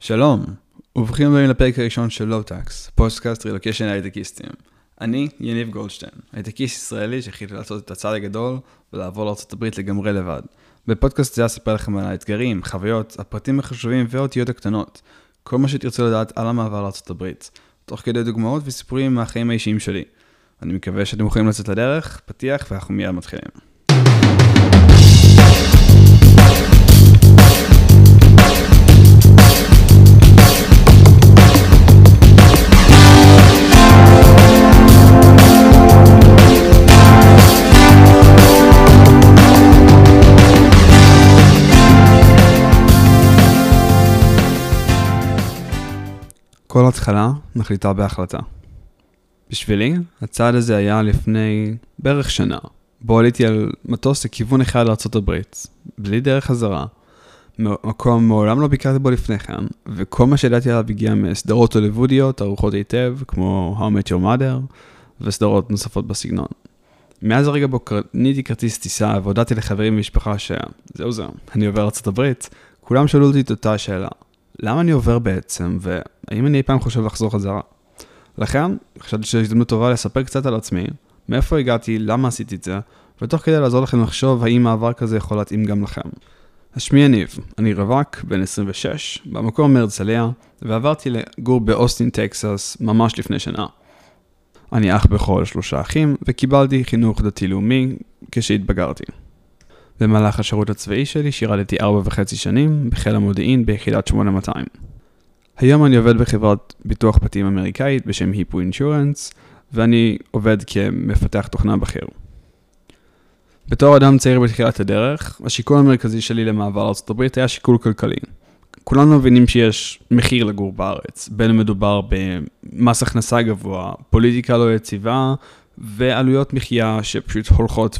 שלום, וברוכים הבאים לפרק הראשון של לואו-טקס, פודקאסט רילוקיישן הייטקיסטים. אני יניב גולדשטיין, הייטקיסט ישראלי שהחליט לעשות את הצעד הגדול ולעבור לארצות הברית לגמרי לבד. בפודקאסט זה אספר לכם על האתגרים, חוויות, הפרטים החשובים והאותיות הקטנות. כל מה שתרצו לדעת על המעבר לארצות הברית, תוך כדי דוגמאות וסיפורים מהחיים האישיים שלי. אני מקווה שאתם יכולים לצאת לדרך, פתיח ואנחנו מיד מתחילים. כל התחלה מחליטה בהחלטה. בשבילי, הצעד הזה היה לפני בערך שנה, בו עליתי על מטוס לכיוון אחד לארצות הברית, בלי דרך חזרה, מקום מעולם לא ביקרתי בו לפני כן, וכל מה שידעתי עליו הגיע מסדרות הוליוודיות, ארוחות היטב, כמו How I Met Your Mother, וסדרות נוספות בסגנון. מאז הרגע בו קניתי כרטיס טיסה, והודעתי לחברים ומשפחה זהו, אני עובר לארצות הברית, כולם שאלו אותי את אותה שאלה. למה אני עובר בעצם, והאם אני אי פעם חושב לחזור חזרה? לכן, חשבתי שיש הזדמנות טובה לספר קצת על עצמי, מאיפה הגעתי, למה עשיתי את זה, ותוך כדי לעזור לכם לחשוב האם מעבר כזה יכול להתאים גם לכם. שמי יניב, אני רווק, בן 26, במקום מהרצליה, ועברתי לגור באוסטין, טקסס, ממש לפני שנה. אני אח בכל 3 אחים, וקיבלתי חינוך דתי-לאומי כשהתבגרתי. במהלך השירות הצבאי שלי שירתתי 4.5 שנים בחיל המודיעין ביחידת 8200. היום אני עובד בחברת ביטוח בתים אמריקאית בשם היפו אינשורנס, ואני עובד כמפתח תוכנה בכיר. בתור אדם צעיר בתחילת הדרך, השיקול המרכזי שלי למעבר לארצות הברית היה שיקול כלכלי. כולנו מבינים שיש מחיר לגור בארץ, בין מדובר במס הכנסה גבוה, פוליטיקה לא יציבה, ועלויות מחיה שפשוט הולכות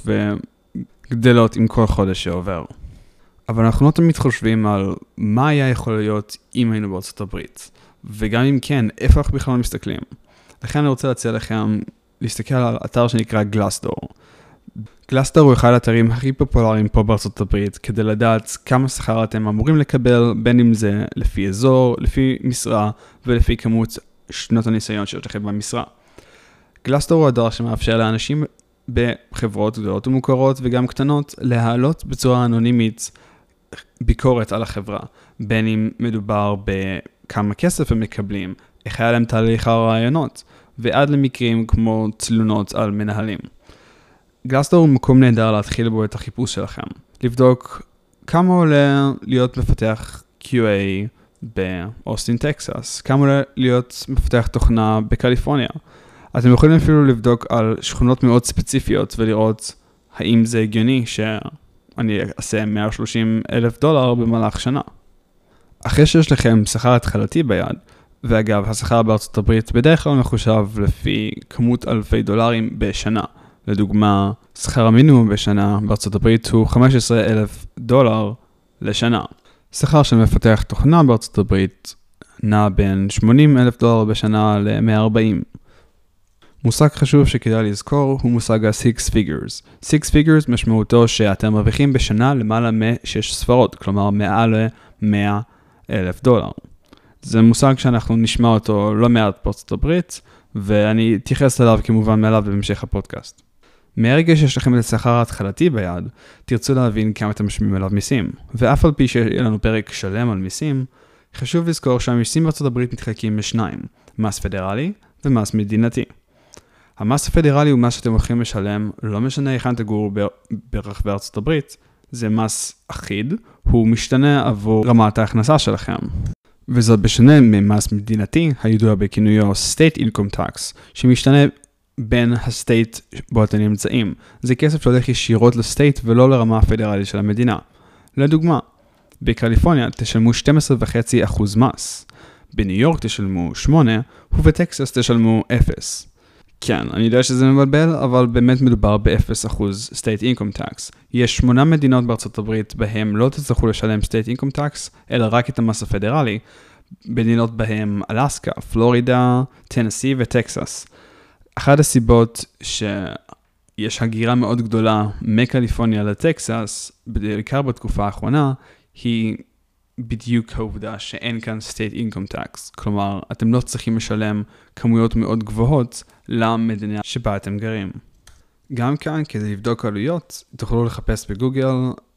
גדלות עם כל חודש שעובר. אבל אנחנו לא תמיד חושבים על מה היה יכול להיות אם היינו בארצות הברית. וגם אם כן, איפה אנחנו בכלל מסתכלים. לכן אני רוצה להציע לכם להסתכל על אתר שנקרא גלאסדור. גלאסדור הוא אחד האתרים הכי פופולריים פה בארצות הברית, כדי לדעת כמה שכר אתם אמורים לקבל, בין אם זה לפי אזור, לפי משרה, ולפי כמות שנות הניסיון שיש לכם במשרה. גלאסדור הוא אתר שמאפשר לאנשים בחברות גדולות ומוכרות וגם קטנות, להעלות בצורה אנונימית ביקורת על החברה, בין אם מדובר בכמה כסף הם מקבלים, איך היה להם תהליך הרעיונות, ועד למקרים כמו תלונות על מנהלים. גלאסדור הוא מקום נהדר להתחיל בו את החיפוש שלכם, לבדוק כמה עולה להיות מפתח QA באוסטין, טקסס, כמה עולה להיות מפתח תוכנה בקליפורניה. אתם יכולים אפילו לבדוק על שכונות מאוד ספציפיות ולראות האם זה הגיוני שאני אעשה $130,000 במהלך שנה. אחרי שיש לכם שכר התחלתי ביד, ואגב, השכר בארצות הברית בדרך כלל מחושב לפי כמות אלפי דולרים בשנה. לדוגמה, שכר המינימום בשנה בארצות הברית הוא $15,000 לשנה. שכר של מפתח תוכנה בארצות הברית נע בין $80,000 בשנה ל-140,000. מושג חשוב שכדאי לזכור הוא מושג ה-Six Figures. Six Figures משמעותו שאתם מרוויחים בשנה למעלה מ-6 ספרות, כלומר מעל $100,000. זה מושג שאנחנו נשמע אותו לא מעט בארצות הברית, ואני אתייחס אליו כמובן מאליו בהמשך הפודקאסט. מהרגע שיש לכם את השכר ההתחלתי ביד, תרצו להבין כמה אתם משלמים עליו מיסים. ואף על פי שיהיה לנו פרק שלם על מיסים, חשוב לזכור שהמיסים בארצות הברית מתחלקים לשניים, מס פדרלי ומס מדינתי. המס הפדרלי הוא מס שאתם הולכים לשלם, לא משנה היכן תגורו ברחבי ארצות הברית, זה מס אחיד, הוא משתנה עבור רמת ההכנסה שלכם. וזאת בשונה ממס מדינתי, הידוע בכינויו State Income Tax, שמשתנה בין הסטייט בו אתם נמצאים. זה כסף שהולך ישירות לסטייט ולא לרמה הפדרלית של המדינה. לדוגמה, בקליפורניה תשלמו 12.5% מס, בניו יורק תשלמו 8, ובטקסס תשלמו 0. כן, אני יודע שזה מבלבל, אבל באמת מדובר ב-0% State Income Tax. יש 8 מדינות בארצות הברית בהם לא תצטרכו לשלם State Income Tax, אלא רק את המס הפדרלי. מדינות בהם אלסקה, פלורידה, טנסי וטקסס. אחת הסיבות שיש הגירה מאוד גדולה מקליפורניה לטקסס, בעיקר בתקופה האחרונה, היא בדיוק העובדה שאין כאן state income tax. כלומר, אתם לא צריכים לשלם כמויות מאוד גבוהות למדינה שבה אתם גרים. גם כאן, כדי לבדוק עלויות, תוכלו לחפש בגוגל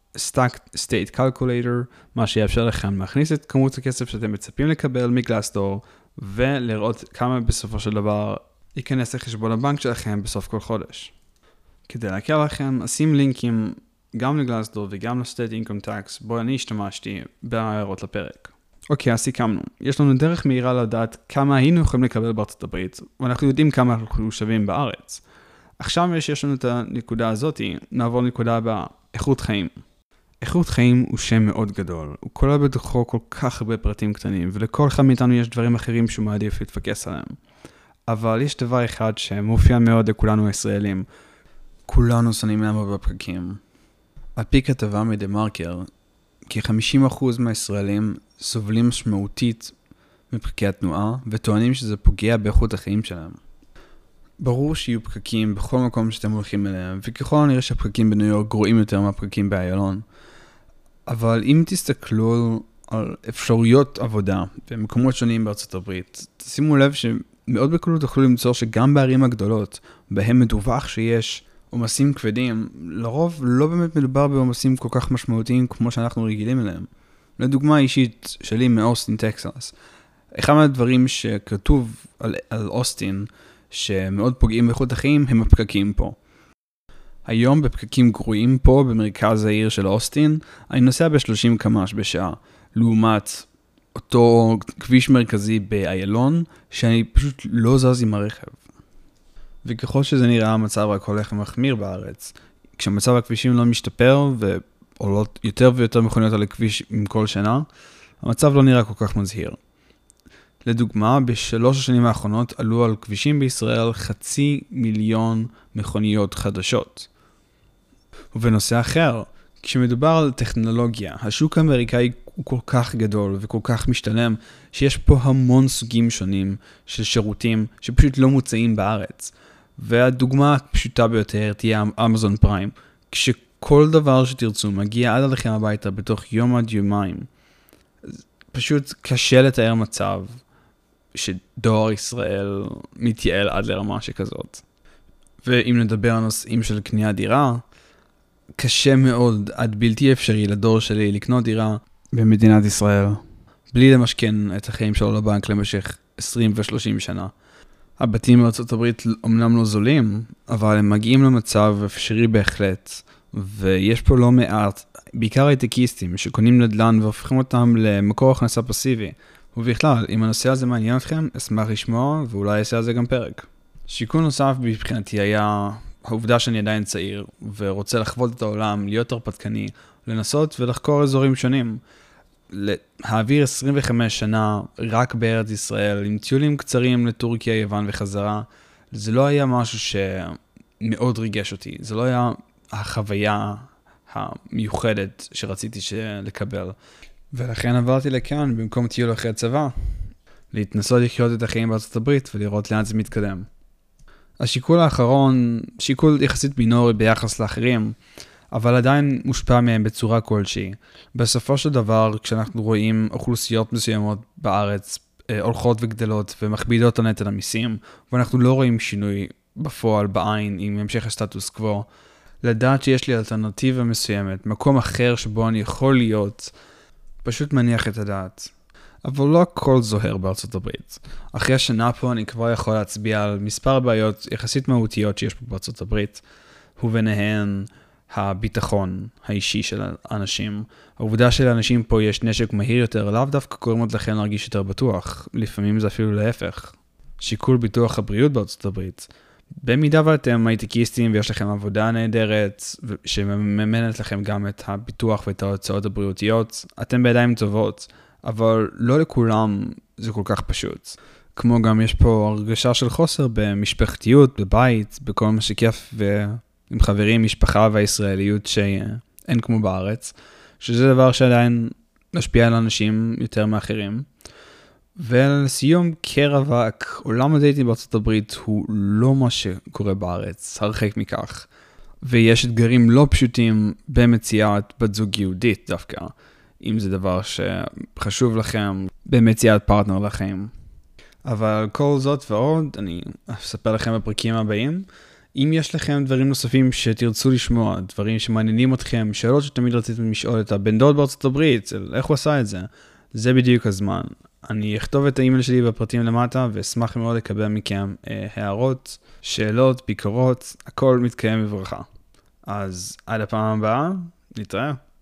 state calculator, מה שיאפשר לכם להכניס את כמות הכסף שאתם מצפים לקבל מגלאסדור, ולראות כמה בסופו של דבר ייכנס לחשבון הבנק שלכם בסוף כל חודש. כדי להקל לכם, אשים לינקים גם לגלאסדור וגם לסטייט אינקום טקס, בו אני השתמשתי בהערות לפרק. אוקיי, אז סיכמנו. יש לנו דרך מהירה לדעת כמה היינו יכולים לקבל בארצות הברית, ואנחנו יודעים כמה אנחנו שווים בארץ. עכשיו שיש לנו את הנקודה הזאת, נעבור לנקודה הבאה, איכות חיים. איכות חיים הוא שם מאוד גדול, הוא כולל בתוכו כל כך הרבה פרטים קטנים, ולכל אחד מאיתנו יש דברים אחרים שהוא מעדיף להתפקס עליהם. אבל יש דבר אחד שמופיע מאוד לכולנו הישראלים, כולנו שונאים לעמוד בפקקים. על פי כתבה מדה-מרקר, כ-50% מהישראלים סובלים משמעותית מפקקי התנועה, וטוענים שזה פוגע באיכות החיים שלהם. ברור שיהיו פקקים בכל מקום שאתם הולכים אליהם, וככל הנראה שהפקקים בניו יורק גרועים יותר מהפקקים באיילון. אבל אם תסתכלו על אפשרויות עבודה במקומות שונים בארצות הברית, תשימו לב שמאוד בקלות תוכלו למצוא שגם בערים הגדולות, בהם מדווח שיש עומסים כבדים, לרוב לא באמת מדובר בעומסים כל כך משמעותיים כמו שאנחנו רגילים אליהם. לדוגמה אישית שלי מאוסטין, טקסס. אחד מהדברים שכתוב על אוסטין, שמאוד פוגעים באיכות החיים, הם הפקקים פה. היום בפקקים גרועים פה במרכז העיר של אוסטין, אני נוסע ב-30 קמ"ש בשעה, לעומת אותו כביש מרכזי באיילון, שאני פשוט לא זז עם הרכב. וככל שזה נראה, המצב רק הולך ומחמיר בארץ. כשמצב הכבישים לא משתפר ועולות יותר ויותר מכוניות על הכביש עם כל שנה, המצב לא נראה כל כך מזהיר. לדוגמה, בשלוש השנים האחרונות עלו על כבישים בישראל 500,000 מכוניות חדשות. ובנושא אחר, כשמדובר על טכנולוגיה, השוק האמריקאי הוא כל כך גדול וכל כך משתלם, שיש פה המון סוגים שונים של שירותים שפשוט לא מוצאים בארץ. והדוגמה הפשוטה ביותר תהיה אמזון פריים, כשכל דבר שתרצו מגיע עד אליכם הביתה בתוך יום עד יומיים. פשוט קשה לתאר מצב שדואר ישראל מתייעל עד לרמה שכזאת. ואם נדבר על נושאים של קניית דירה, קשה מאוד עד בלתי אפשרי לדור שלי לקנות דירה במדינת ישראל, בלי למשכן את החיים שלו לבנק למשך 20 ו-30 שנה. הבתים בארצות הברית אומנם לא זולים, אבל הם מגיעים למצב אפשרי בהחלט, ויש פה לא מעט, בעיקר הייטקיסטים שקונים נדל"ן והופכים אותם למקור הכנסה פסיבי. ובכלל, אם הנושא הזה מעניין אתכם, אשמח לשמוע ואולי אעשה על זה גם פרק. שיקול נוסף מבחינתי היה העובדה שאני עדיין צעיר ורוצה לחוות את העולם, להיות הרפתקני, לנסות ולחקור אזורים שונים. להעביר 25 שנה רק בארץ ישראל, עם טיולים קצרים לטורקיה, יוון וחזרה, זה לא היה משהו שמאוד ריגש אותי. זה לא היה החוויה המיוחדת שרציתי לקבל. ולכן עברתי לכאן במקום טיול אחרי צבא, להתנסות לחיות את החיים בארצות הברית ולראות לאן זה מתקדם. השיקול האחרון, שיקול יחסית מינורי ביחס לאחרים, אבל עדיין מושפע מהם בצורה כלשהי. בסופו של דבר, כשאנחנו רואים אוכלוסיות מסוימות בארץ הולכות וגדלות ומכבידות על נטל המיסים, ואנחנו לא רואים שינוי בפועל בעין עם המשך הסטטוס קוו, לדעת שיש לי אלטרנטיבה מסוימת, מקום אחר שבו אני יכול להיות, פשוט מניח את הדעת. אבל לא הכל זוהר בארצות הברית. אחרי השנה פה אני כבר יכול להצביע על מספר בעיות יחסית מהותיות שיש פה בארצות הברית, וביניהן הביטחון האישי של האנשים. העובדה שלאנשים פה יש נשק מהיר יותר, לאו דווקא גורמת לכם להרגיש יותר בטוח. לפעמים זה אפילו להפך. שיקול ביטוח הבריאות בארצות הברית. במידה ואתם הייטקיסטים ויש לכם עבודה נהדרת, שמממנת לכם גם את הביטוח ואת ההוצאות הבריאותיות, אתם בידיים טובות, אבל לא לכולם זה כל כך פשוט. כמו גם יש פה הרגשה של חוסר במשפחתיות, בבית, בכל מה שכיף ועם חברים, משפחה והישראליות שאין כמו בארץ, שזה דבר שעדיין משפיע על אנשים יותר מאחרים. ולסיום, כרווק, עולם הדייטים בארצות הברית הוא לא מה שקורה בארץ, הרחק מכך. ויש אתגרים לא פשוטים במציאת בת זוג יהודית דווקא. אם זה דבר שחשוב לכם במציאת פרטנר לחיים. אבל כל זאת ועוד, אני אספר לכם בפרקים הבאים. אם יש לכם דברים נוספים שתרצו לשמוע, דברים שמעניינים אתכם, שאלות שתמיד רציתם לשאול את הבן דוד בארצות הברית, איך הוא עשה את זה, זה בדיוק הזמן. אני אכתוב את האימייל שלי בפרטים למטה, ואשמח מאוד לקבל מכם הערות, שאלות, ביקורות, הכל מתקיים בברכה. אז עד הפעם הבאה, נתראה.